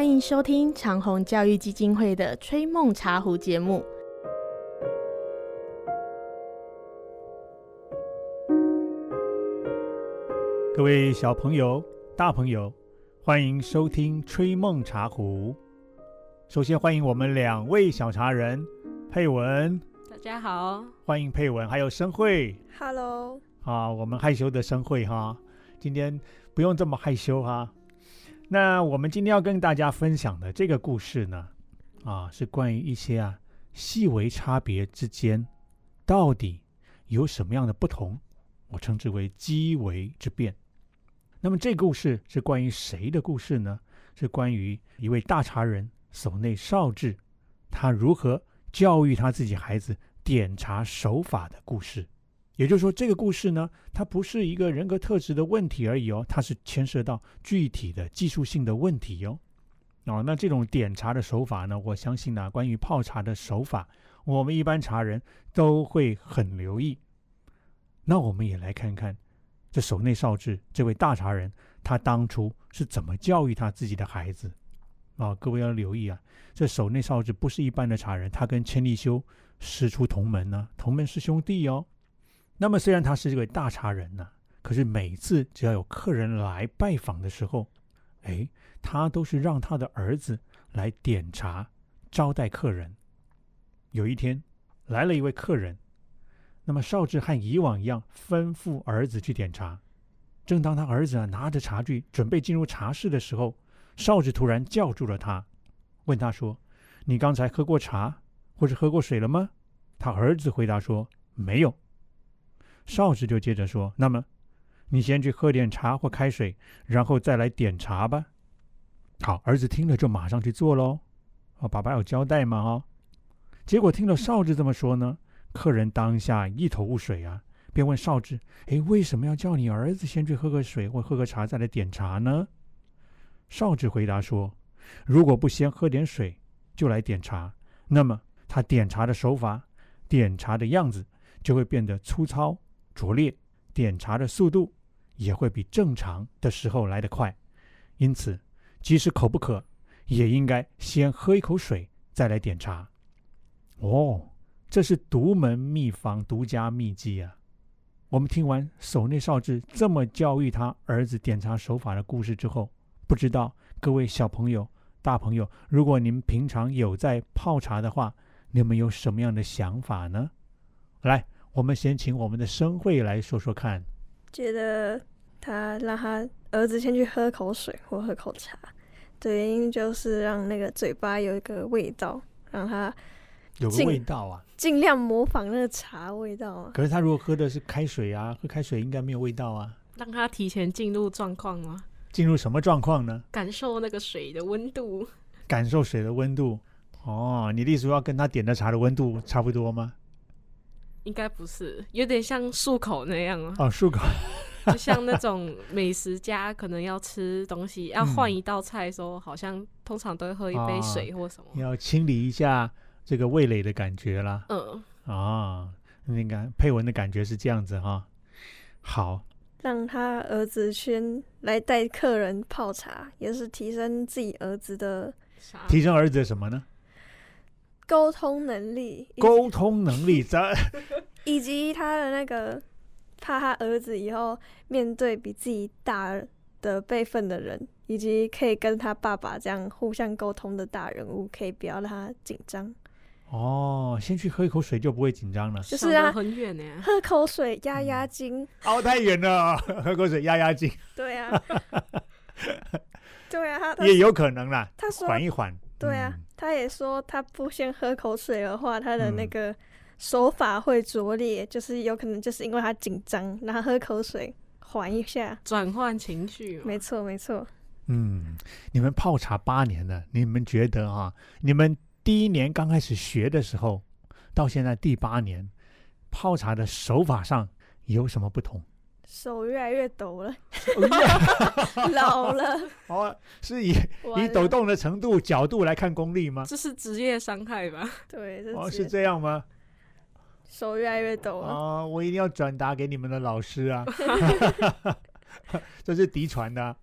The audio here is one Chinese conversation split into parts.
欢迎收听长虹教育基金会的吹梦茶壶节目。 各位小朋友、大朋友，欢迎收听吹梦茶壶。首先欢迎我们2位小茶人，佩文， 大家好， 欢迎佩文，还有生慧 Hello。 我们害羞的生慧今天不用这么害羞那我们今天要跟大家分享的这个故事呢，是关于一些细微差别之间到底有什么样的不同，我称之为基微之变。那么这个故事是关于谁的故事呢？是关于一位大茶人守内少智，他如何教育他自己孩子点茶手法的故事。也就是说，这个故事呢，它不是一个人格特质的问题而已它是牵涉到具体的技术性的问题那这种点茶的手法呢，我相信关于泡茶的手法，我们一般茶人都会很留意。那我们也来看看这守内少智这位大茶人，他当初是怎么教育他自己的孩子各位要留意这守内少智不是一般的茶人，他跟千利休师出同门同门师兄弟那么虽然他是这位大茶人可是每次只要有客人来拜访的时候，他都是让他的儿子来点茶招待客人。有一天来了一位客人，那么少智和以往一样吩咐儿子去点茶。正当他儿子拿着茶具准备进入茶室的时候，少智突然叫住了他，问他说：你刚才喝过茶或是喝过水了吗？他儿子回答说：没有。少智就接着说：那么你先去喝点茶或开水，然后再来点茶吧。好，儿子听了就马上去做咯爸爸有交代嘛结果听了少智这么说呢，客人当下一头雾水便问少智：为什么要叫你儿子先去喝个水或喝个茶再来点茶呢？少智回答说：如果不先喝点水就来点茶，那么他点茶的手法、点茶的样子就会变得粗糙拙劣，点茶的速度也会比正常的时候来得快，因此即使口不渴也应该先喝一口水再来点茶。这是独门秘方、独家秘籍我们听完守内少智这么教育他儿子点茶手法的故事之后，不知道各位小朋友、大朋友，如果您平常有在泡茶的话，你们有什么样的想法呢？来，我们先请我们的生慧来说说看。 觉得他让他儿子先去喝口水或喝口茶的原因，就是让那个嘴巴有一个味道，让他有个味道尽量模仿那个茶味道可是他如果喝的是开水喝开水应该没有味道让他提前进入状况吗？ 进入什么状况呢？ 感受那个水的温度。 感受水的温度你的意思说要跟他点的茶的温度差不多吗？ 应该不是，有点像漱口那样漱口就像那种美食家可能要吃东西要换一道菜的时候，好像通常都会喝一杯水或什么要清理一下这个味蕾的感觉啦那个佩文的感觉是这样子好， 让他儿子先来带客人泡茶，也是提升自己儿子的提升儿子的什么呢？ 沟通能力以及他的那个怕他儿子以后面对比自己大的辈分的人，以及可以跟他爸爸这样互相沟通的大人物，可以不要让他紧张先去喝一口水就不会紧张了， 就是让很远喝口水压压惊太远了喝口水压压惊对他也有可能啦， 他说缓一缓对他也说他不先喝口水的话，他的那个手法会拙劣就是有可能就是因为他紧张，然后喝口水缓一下， 转换情绪没错你们泡茶8年了，你们觉得你们第1年刚开始学的时候到现在第8年泡茶的手法上有什么不同？ 手越来越抖了老了是以抖动的程度角度来看功力吗？ 这是职业伤害吧？ 对是这样吗？ 手越来越抖了我一定要转达给你们的老师这是嫡传的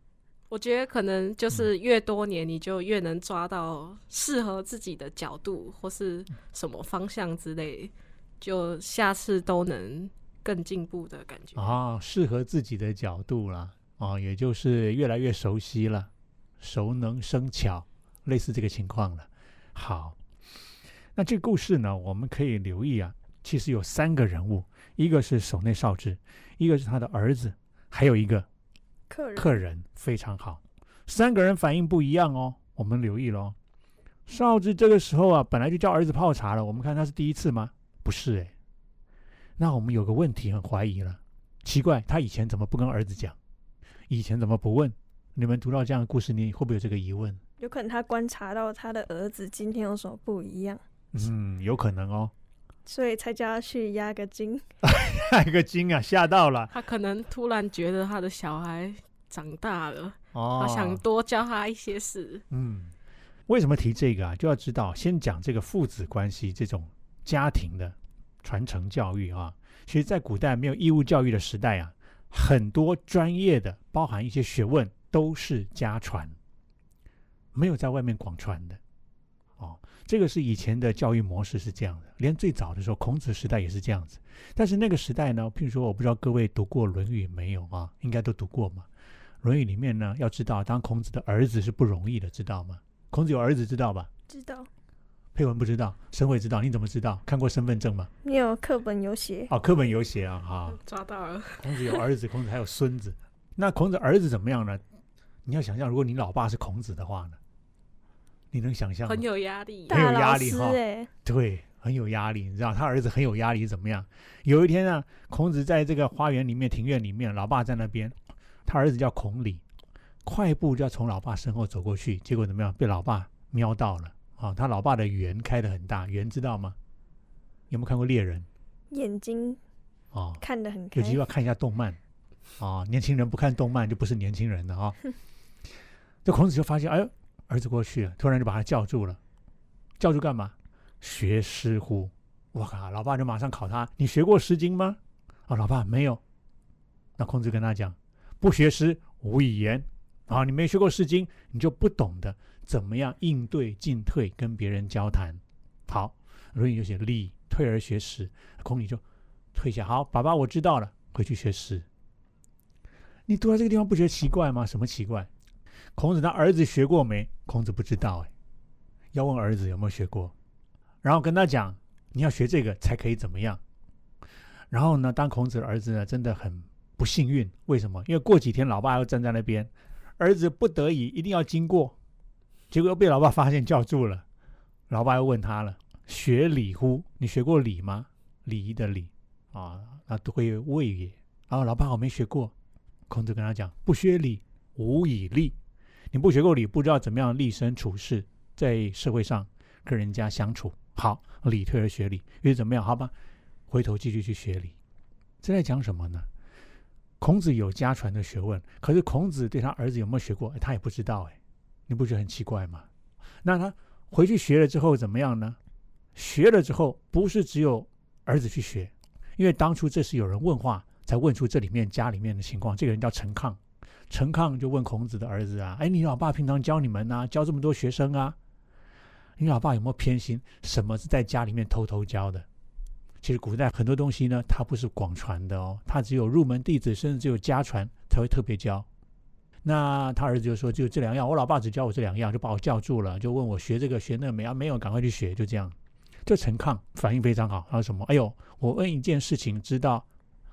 我觉得可能就是越多年，你就越能抓到适合自己的角度或是什么方向之类，就下次都能更进步的感觉。 适合自己的角度啦，也就是越来越熟悉了，熟能生巧，类似这个情况了。好，那这个故事呢，我们可以留意啊，其实有3个人物，一个是守内少志，一个是他的儿子，还有一个客人，非常好。3个人反应不一样哦，我们留意咯。少志这个时候啊，本来就叫儿子泡茶了，我们看他是第一次吗？不是那我们有个问题很怀疑了，奇怪，他以前怎么不跟儿子讲？以前怎么不问？你们读到这样的故事，你会不会有这个疑问？ 有可能他观察到他的儿子今天有什么不一样。 有可能哦， 所以才叫他去压个惊。 压个惊啊，吓到了。 他可能突然觉得他的小孩长大了，他想多教他一些事。 为什么提这个啊？就要知道，先讲这个父子关系这种家庭的传承教育啊。其实在古代没有义务教育的时代啊，很多专业的包含一些学问都是家传，没有在外面广传的。这个是以前的教育模式是这样的，连最早的时候孔子时代也是这样子。但是那个时代呢，譬如说我不知道各位读过《论语》没有啊？应该都读过嘛。《论语》里面呢，要知道当孔子的儿子是不容易的，知道吗？孔子有儿子知道吧？ 知道。 佩文不知道，申慧知道，你怎么知道？看过身份证吗？ 你有课本有写。 课本有写啊。好， 抓到了。 孔子有儿子，孔子还有孙子。那孔子儿子怎么样呢？你要想象，如果你老爸是孔子的话呢？你能想象吗？ 很有压力， 很有压力哈。对，很有压力。你知道他儿子很有压力怎么样？有一天呢，孔子在这个花园里面、庭院里面，老爸在那边，他儿子叫孔鲤，快步就要从老爸身后走过去，结果怎么样？被老爸瞄到了他老爸的圆开得很大，圆知道吗？有没有看过猎人？ 眼睛看得很开。 有机会看一下动漫年轻人不看动漫就不是年轻人了这孔子就发现，哎呦，儿子过去了，突然就把他叫住了。叫住干嘛？学诗乎？我靠！老爸就马上考他，你学过《诗经》吗？老爸没有。那孔子跟他讲，不学诗，无以言。你没学过《诗经》，你就不懂得怎么样应对进退，跟别人交谈。好，《论语》就写礼，退而学诗。孔鲤就退下，好，爸爸我知道了，回去学诗。你读到这个地方不觉得奇怪吗？什么奇怪？孔子他儿子学过没？孔子不知道要问儿子有没有学过，然后跟他讲你要学这个才可以怎么样。然后呢，当孔子的儿子呢真的很不幸运，为什么？因为过几天老爸要站在那边，儿子不得已一定要经过，结果又被老爸发现叫住了。老爸又问他了，学礼乎？你学过礼吗？礼仪的礼那都会谓也。老爸我没学过。孔子跟他讲，不学礼，无以立。你不学过礼，不知道怎么样立身处世，在社会上跟人家相处。好，礼退而学礼，于是怎么样？好吧，回头继续去学礼。这在讲什么呢？孔子有家传的学问，可是孔子对他儿子有没有学过？他也不知道。你不觉得很奇怪吗？那他回去学了之后怎么样呢？学了之后不是只有儿子去学，因为当初这是有人问话才问出这里面家里面的情况。这个人叫陈亢，陈亢就问孔子的儿子你老爸平常教你们教这么多学生你老爸有没有偏心？什么是在家里面偷偷教的？其实古代很多东西呢，它不是广传的它只有入门弟子甚至只有家传才会特别教。那他儿子就说就这2样，我老爸只教我这2样，就把我叫住了，就问我学这个学那个没有，赶快去学，就这样。这陈亢反应非常好，他说什么？哎呦，我问一件事情知道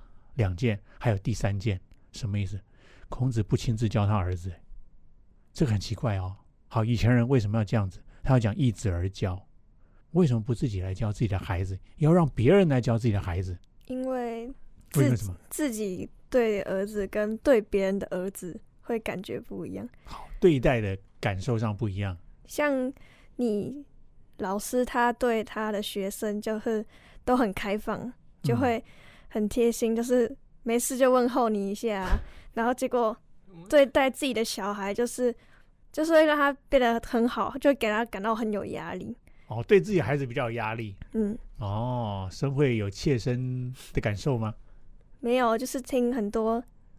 2件，还有第3件，什么意思？孔子不亲自教他儿子，这个很奇怪好，以前人为什么要这样子？他要讲易子而教，为什么不自己来教自己的孩子，要让别人来教自己的孩子？ 因为什么？ 自己对儿子跟对别人的儿子会感觉不一样， 好，对待的感受上不一样。 像你老师他对他的学生就是都很开放，就会很贴心，就是没事就问候你一下然后结果对待自己的小孩就是会让他变得很好，就给他感到很有压力。 对自己孩子比较有压力。申慧有切身的感受吗？ 没有，就是听很多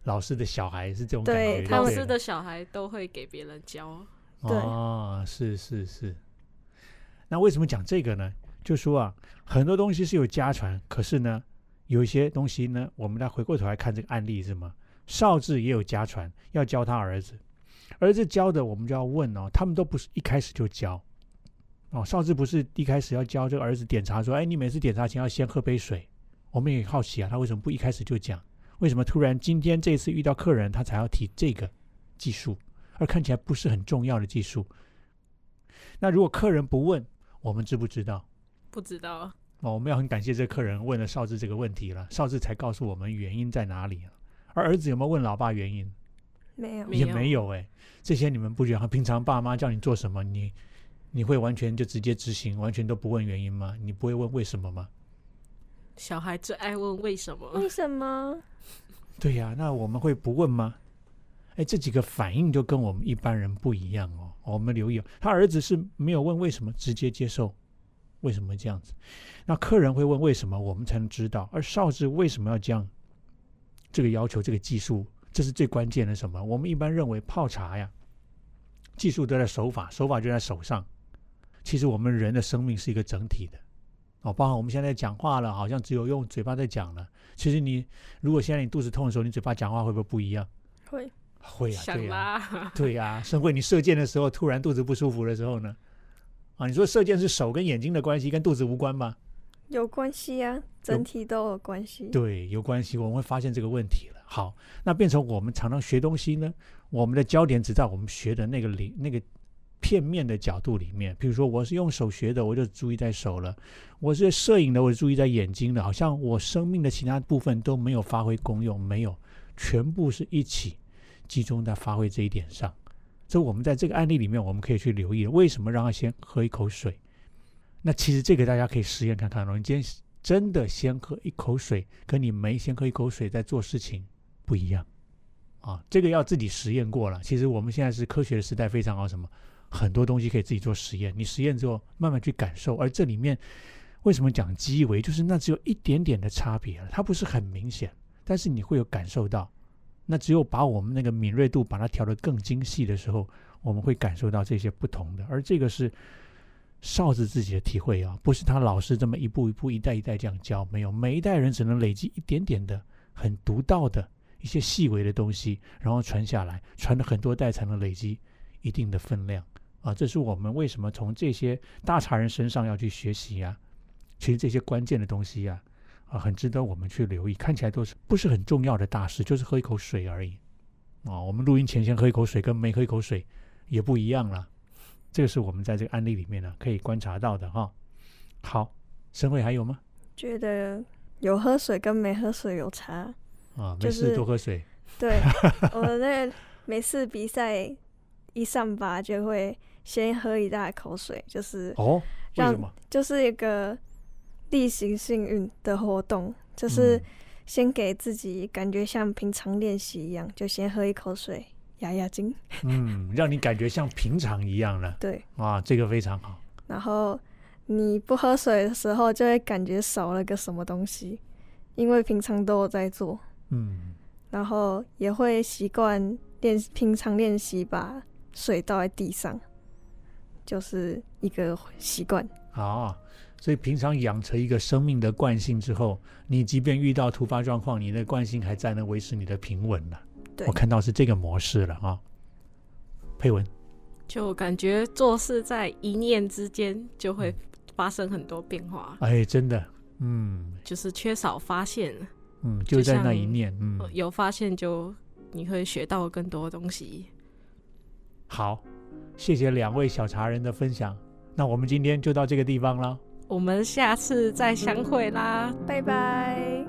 老师的小孩是这种感对觉。 老师的小孩都会给别人教。 对哦，是是是。那为什么讲这个呢？就说啊，很多东西是有家传，可是呢，有一些东西呢，我们再回过头来看这个案例是吗？少智也有家传，要教他儿子，儿子教的我们就要问哦，他们都不是一开始就教哦。少智不是一开始要教这个儿子点茶，说，哎，你每次点茶前要先喝杯水。我们也好奇啊，他为什么不一开始就讲？为什么突然今天这次遇到客人，他才要提这个技术，而看起来不是很重要的技术？那如果客人不问，我们知不知道？ 不知道。 哦，我们要很感谢这个客人问了少智这个问题了，少智才告诉我们原因在哪里。而儿子有没有问老爸原因？ 没有， 也没有哎。这些你们不觉得平常爸妈叫你做什么，你会完全就直接执行，完全都不问原因吗？你不会问为什么吗？ 小孩最爱问为什么。 为什么？ 对呀，那我们会不问吗？哎，这几个反应就跟我们一般人不一样哦。我们留意，他儿子是没有问为什么，直接接受为什么这样子。那客人会问为什么，我们才能知道。而少智为什么要这样？这个要求，这个技术，这是最关键的什么？我们一般认为泡茶呀，技术都在手法，手法就在手上。其实我们人的生命是一个整体的哦，包含我们现在讲话了，好像只有用嘴巴在讲了。其实你如果现在你肚子痛的时候，你嘴巴讲话会不会不一样？ 会会啊， 想对啊， 啦。 对啊。甚至你射箭的时候，突然肚子不舒服的时候呢？啊，你说射箭是手跟眼睛的关系，跟肚子无关吗？ 有关系啊，整体都有关系。 对，有关系，我们会发现这个问题了。好，那变成我们常常学东西呢，我们的焦点只在我们学的那个片面的角度里面。比如说，我是用手学的，我就注意在手了；我是摄影的，我就注意在眼睛了。好像我生命的其他部分都没有发挥功用，没有，全部是一起集中在发挥这一点上。所以我们在这个案例里面，我们可以去留意为什么让他先喝一口水。那其实这个大家可以实验看看，你今天真的先喝一口水，跟你没先喝一口水在做事情不一样啊。这个要自己实验过了。其实我们现在是科学的时代，非常好，什么很多东西可以自己做实验。你实验之后慢慢去感受，而这里面为什么讲机微，就是那只有一点点的差别，它不是很明显，但是你会有感受到。那只有把我们那个敏锐度把它调得更精细的时候，我们会感受到这些不同的。而这个是少智自己的体会啊，不是他老师这么一步一步一代一代这样教，没有，每一代人只能累积一点点的很独到的一些细微的东西，然后传下来，传了很多代才能累积一定的分量啊。这是我们为什么从这些大茶人身上要去学习啊。其实这些关键的东西啊，很值得我们去留意。看起来都是不是很重要的大事，就是喝一口水而已啊。我们录音前先喝一口水，跟没喝一口水也不一样了。这个是我们在这个案例里面呢可以观察到的哈。好，申慧还有吗？ 觉得有喝水跟没喝水有差啊，没事多喝水。 对，我那个每次比赛一上靶就会先喝一大口水，就是哦，为什么？ 就是一个例行性运的活动，就是先给自己感觉像平常练习一样，就先喝一口水压压惊。 让你感觉像平常一样了。 对， 哇，这个非常好。 然后你不喝水的时候，就会感觉少了个什么东西，因为平常都有在做。然后也会习惯平常练习把水倒在地上，就是一个习惯。 所以平常养成一个生命的惯性之后，你即便遇到突发状况，你的惯性还在能维持你的平稳了。我看到是这个模式了啊。佩文， 就感觉做事在一念之间就会发生很多变化。 哎，真的， 就是缺少发现。 就在那一念， 有发现就你会学到更多东西。 好，谢谢两位小茶人的分享。那我们今天就到这个地方了， 我们下次再相会啦， 拜拜。